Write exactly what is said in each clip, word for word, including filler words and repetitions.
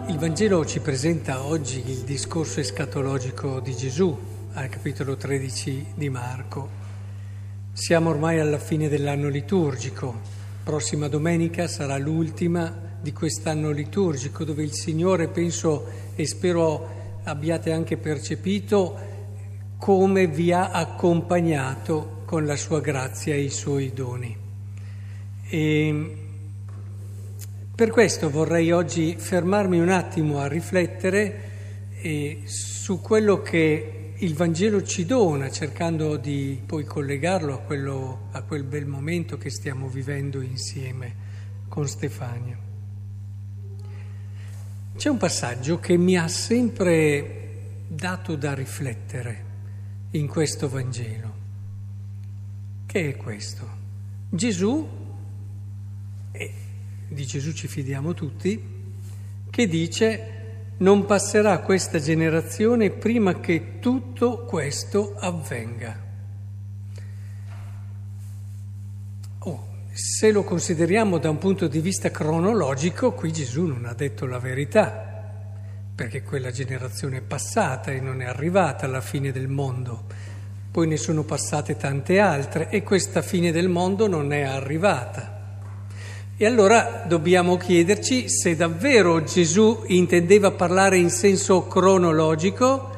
Il Vangelo ci presenta oggi il discorso escatologico di Gesù al capitolo tredici di Marco. Siamo ormai alla fine dell'anno liturgico. Prossima domenica sarà l'ultima di quest'anno liturgico dove il Signore, penso e spero abbiate anche percepito, come vi ha accompagnato con la sua grazia e i suoi doni. E per questo vorrei oggi fermarmi un attimo a riflettere eh, su quello che il Vangelo ci dona, cercando di poi collegarlo a, quello, a quel bel momento che stiamo vivendo insieme con Stefania. C'è un passaggio che mi ha sempre dato da riflettere in questo Vangelo, che è questo. Gesù, e di Gesù ci fidiamo tutti, che dice: non passerà questa generazione prima che tutto questo avvenga. Oh, se lo consideriamo da un punto di vista cronologico, qui Gesù non ha detto la verità, perché quella generazione è passata e non è arrivata alla fine del mondo. Poi ne sono passate tante altre e questa fine del mondo non è arrivata. E allora dobbiamo chiederci se davvero Gesù intendeva parlare in senso cronologico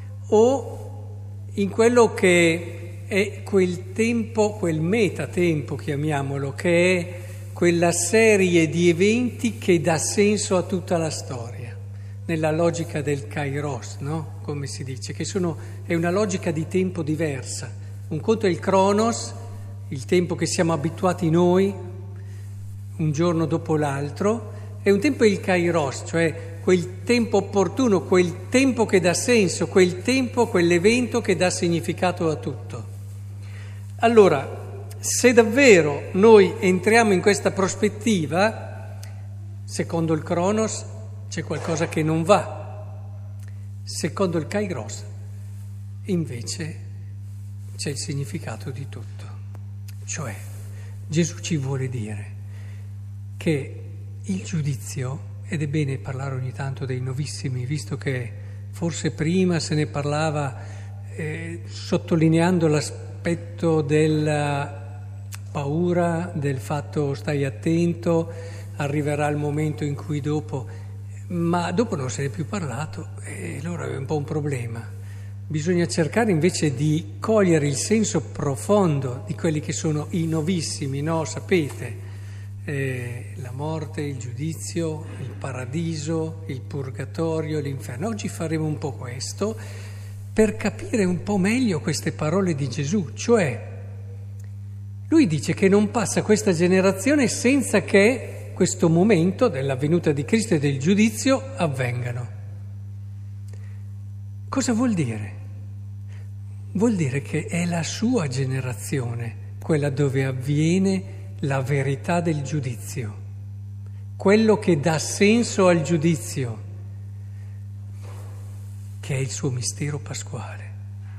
o in quello che è quel tempo, quel metatempo, chiamiamolo, che è quella serie di eventi che dà senso a tutta la storia, nella logica del kairos, no? Come si dice, che sono, è una logica di tempo diversa. Un conto è il cronos, il tempo che siamo abituati noi, un giorno dopo l'altro, e un tempo è il kairos, cioè quel tempo opportuno, quel tempo che dà senso, quel tempo, quell'evento che dà significato a tutto. Allora, se davvero noi entriamo in questa prospettiva, secondo il cronos c'è qualcosa che non va, secondo il kairos invece c'è il significato di tutto. Cioè, Gesù ci vuole dire che il giudizio, ed è bene parlare ogni tanto dei novissimi, visto che forse prima se ne parlava eh, sottolineando l'aspetto della paura, del fatto stai attento, arriverà il momento in cui dopo, ma dopo non se ne è più parlato e allora è un po' un problema. Bisogna cercare invece di cogliere il senso profondo di quelli che sono i novissimi, no? Sapete? Eh, la morte, il giudizio, il paradiso, il purgatorio, l'inferno. Oggi faremo un po' questo per capire un po' meglio queste parole di Gesù, cioè lui dice che non passa questa generazione senza che questo momento della venuta di Cristo e del giudizio avvengano. Cosa vuol dire? Vuol dire che è la sua generazione quella dove avviene la verità del giudizio, quello che dà senso al giudizio, che è il suo mistero pasquale.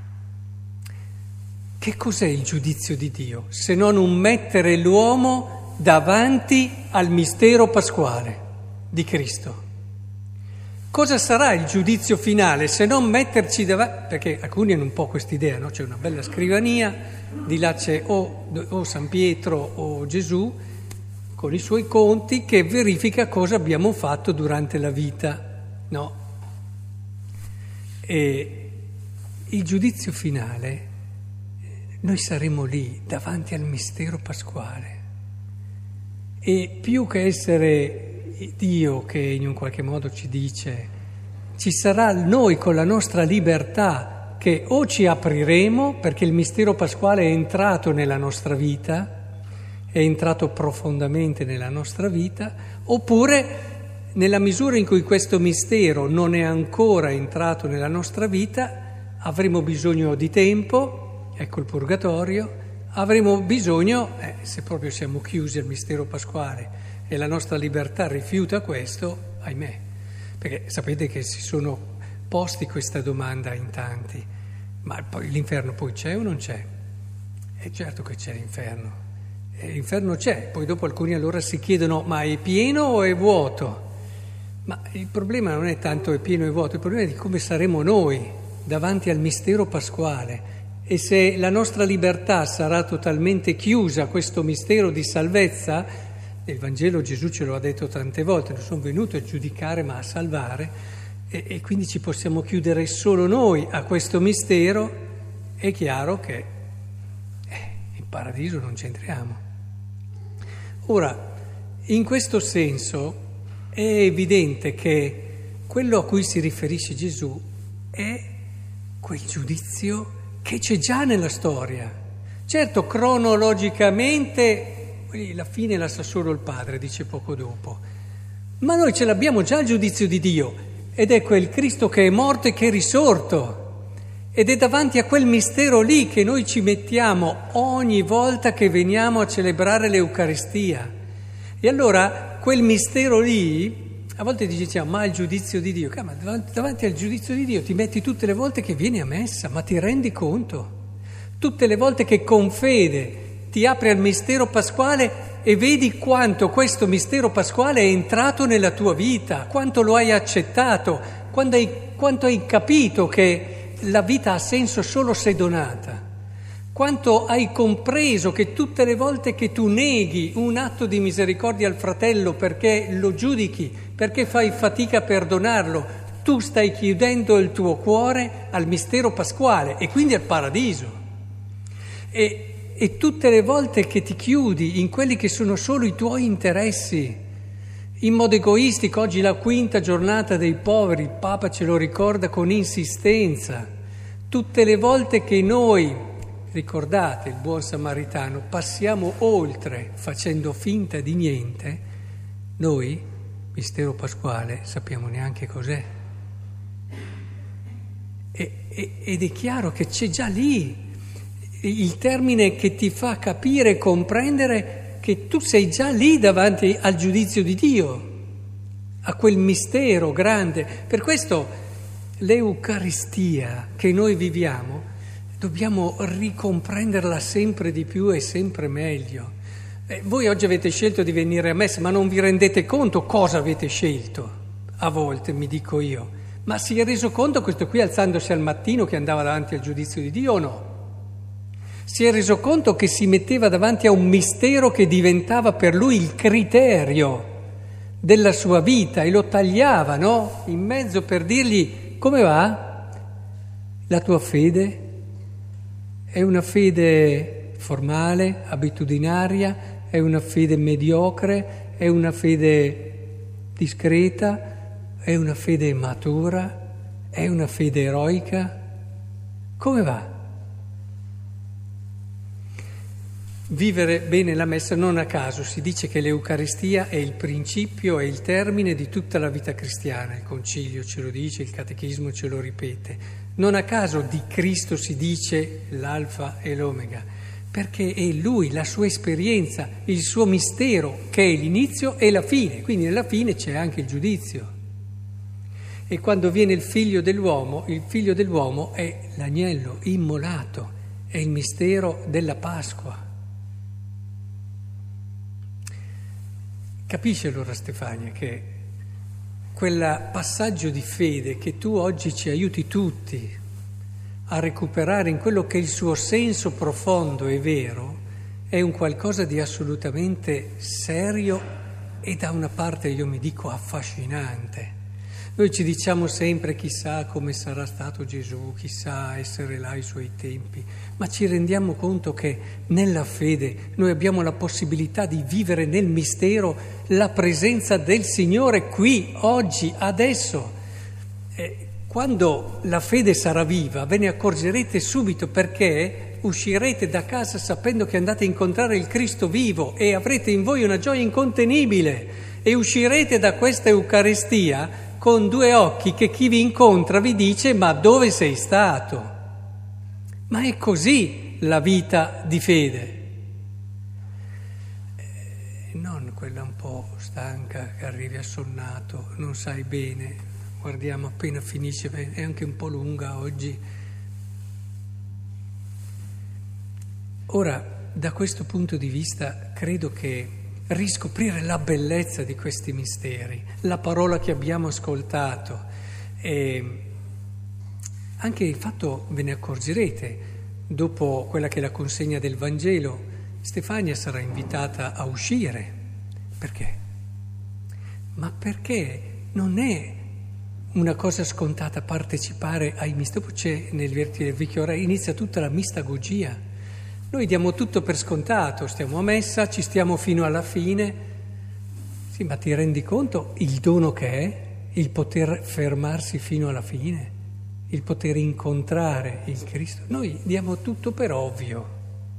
Che cos'è il giudizio di Dio, se non un mettere l'uomo davanti al mistero pasquale di Cristo? Cosa sarà il giudizio finale se non metterci davanti? Perché alcuni hanno un po' quest'idea, no? C'è una bella scrivania, di là c'è o, o San Pietro o Gesù con i suoi conti che verifica cosa abbiamo fatto durante la vita, no? E il giudizio finale, noi saremo lì davanti al mistero pasquale e più che essere Dio che in un qualche modo ci dice, ci sarà noi con la nostra libertà che o ci apriremo perché il mistero pasquale è entrato nella nostra vita, è entrato profondamente nella nostra vita, oppure nella misura in cui questo mistero non è ancora entrato nella nostra vita, avremo bisogno di tempo, ecco il purgatorio, avremo bisogno, eh, se proprio siamo chiusi al mistero pasquale e la nostra libertà rifiuta questo, ahimè, perché sapete che si sono posti questa domanda in tanti, ma poi l'inferno poi c'è o non c'è? È certo che c'è l'inferno, e l'inferno c'è, poi dopo alcuni allora si chiedono ma è pieno o è vuoto? Ma il problema non è tanto è pieno e vuoto, il problema è di come saremo noi davanti al mistero pasquale. E se la nostra libertà sarà totalmente chiusa a questo mistero di salvezza, nel Vangelo Gesù ce lo ha detto tante volte, non sono venuto a giudicare ma a salvare, e, e quindi ci possiamo chiudere solo noi a questo mistero, è chiaro che eh, in paradiso non c'entriamo. Ora, in questo senso è evidente che quello a cui si riferisce Gesù è quel giudizio che c'è già nella storia. Certo, cronologicamente la fine la sa solo il Padre, dice poco dopo, ma noi ce l'abbiamo già il giudizio di Dio, ed è quel Cristo che è morto e che è risorto, ed è davanti a quel mistero lì che noi ci mettiamo ogni volta che veniamo a celebrare l'Eucaristia. E allora quel mistero lì, a volte diciamo, ma il giudizio di Dio, ma davanti, davanti al giudizio di Dio ti metti tutte le volte che vieni a messa, ma ti rendi conto? Tutte le volte che con fede ti apri al mistero pasquale e vedi quanto questo mistero pasquale è entrato nella tua vita, quanto lo hai accettato, quanto hai, quanto hai capito che la vita ha senso solo se donata. Quanto hai compreso che tutte le volte che tu neghi un atto di misericordia al fratello perché lo giudichi, perché fai fatica a perdonarlo, tu stai chiudendo il tuo cuore al mistero pasquale e quindi al paradiso. E, e tutte le volte che ti chiudi in quelli che sono solo i tuoi interessi, in modo egoistico, oggi la quinta giornata dei poveri, il Papa ce lo ricorda con insistenza, tutte le volte che noi... Ricordate il buon samaritano, passiamo oltre facendo finta di niente, noi, mistero pasquale, sappiamo neanche cos'è. E, e, ed è chiaro che c'è già lì il termine che ti fa capire e comprendere che tu sei già lì davanti al giudizio di Dio, a quel mistero grande. Per questo l'Eucaristia che noi viviamo dobbiamo ricomprenderla sempre di più e sempre meglio. Eh, voi oggi avete scelto di venire a messa, ma non vi rendete conto cosa avete scelto, a volte mi dico io. Ma si è reso conto questo qui alzandosi al mattino che andava davanti al giudizio di Dio o no? Si è reso conto che si metteva davanti a un mistero che diventava per lui il criterio della sua vita e lo tagliava, no? In mezzo per dirgli: come va? La tua fede? È una fede formale, abitudinaria, è una fede mediocre, è una fede discreta, è una fede matura, è una fede eroica? Come va? Vivere bene la messa, non a caso si dice che l'Eucaristia è il principio e il termine di tutta la vita cristiana, il Concilio ce lo dice, il Catechismo ce lo ripete. Non a caso di Cristo si dice l'alfa e l'omega, perché è Lui, la sua esperienza, il suo mistero, che è l'inizio e la fine, quindi nella fine c'è anche il giudizio. E quando viene il figlio dell'uomo, il figlio dell'uomo è l'agnello immolato, è il mistero della Pasqua. Capisce allora Stefania che quel passaggio di fede che tu oggi ci aiuti tutti a recuperare in quello che è il suo senso profondo e vero, è un qualcosa di assolutamente serio e da una parte io mi dico affascinante. Noi ci diciamo sempre chissà come sarà stato Gesù, chissà essere là ai suoi tempi, ma ci rendiamo conto che nella fede noi abbiamo la possibilità di vivere nel mistero la presenza del Signore qui, oggi, adesso. E quando la fede sarà viva ve ne accorgerete subito, perché uscirete da casa sapendo che andate a incontrare il Cristo vivo e avrete in voi una gioia incontenibile e uscirete da questa Eucaristia con due occhi che chi vi incontra vi dice: ma dove sei stato? Ma è così la vita di fede. Eh, non quella un po' stanca che arrivi assonnato, non sai bene, guardiamo appena finisce, è anche un po' lunga oggi. Ora, da questo punto di vista, credo che riscoprire la bellezza di questi misteri, la parola che abbiamo ascoltato. E anche il fatto, ve ne accorgerete, dopo quella che è la consegna del Vangelo, Stefania sarà invitata a uscire. Perché? Ma perché non è una cosa scontata partecipare ai misteri. Poi c'è nel Vertice del Vecchio Re, inizia tutta la mistagogia. Noi diamo tutto per scontato, stiamo a messa, ci stiamo fino alla fine. Sì, ma ti rendi conto il dono che è il poter fermarsi fino alla fine, il poter incontrare il Cristo? Noi diamo tutto per ovvio.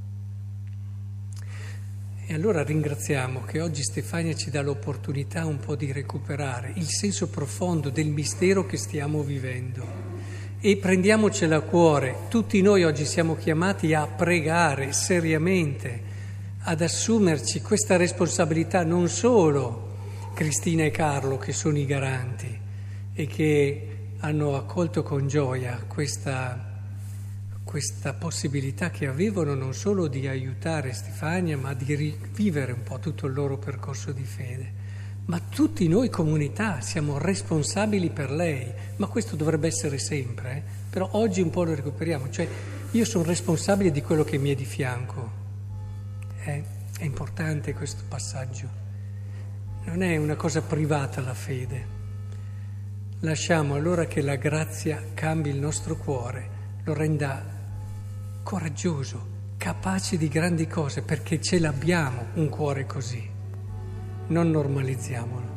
E allora ringraziamo che oggi Stefania ci dà l'opportunità un po' di recuperare il senso profondo del mistero che stiamo vivendo e prendiamocela a cuore. Tutti noi oggi siamo chiamati a pregare seriamente, ad assumerci questa responsabilità, non solo Cristina e Carlo che sono i garanti e che hanno accolto con gioia questa questa possibilità che avevano non solo di aiutare Stefania, ma di rivivere un po' tutto il loro percorso di fede. Ma tutti noi comunità siamo responsabili per lei, ma questo dovrebbe essere sempre, eh? Però oggi un po' lo recuperiamo, cioè io sono responsabile di quello che mi è di fianco. Eh? È importante questo passaggio. Non è una cosa privata la fede. Lasciamo allora che la grazia cambi il nostro cuore, lo renda coraggioso, capace di grandi cose, perché ce l'abbiamo un cuore così. Non normalizziamolo.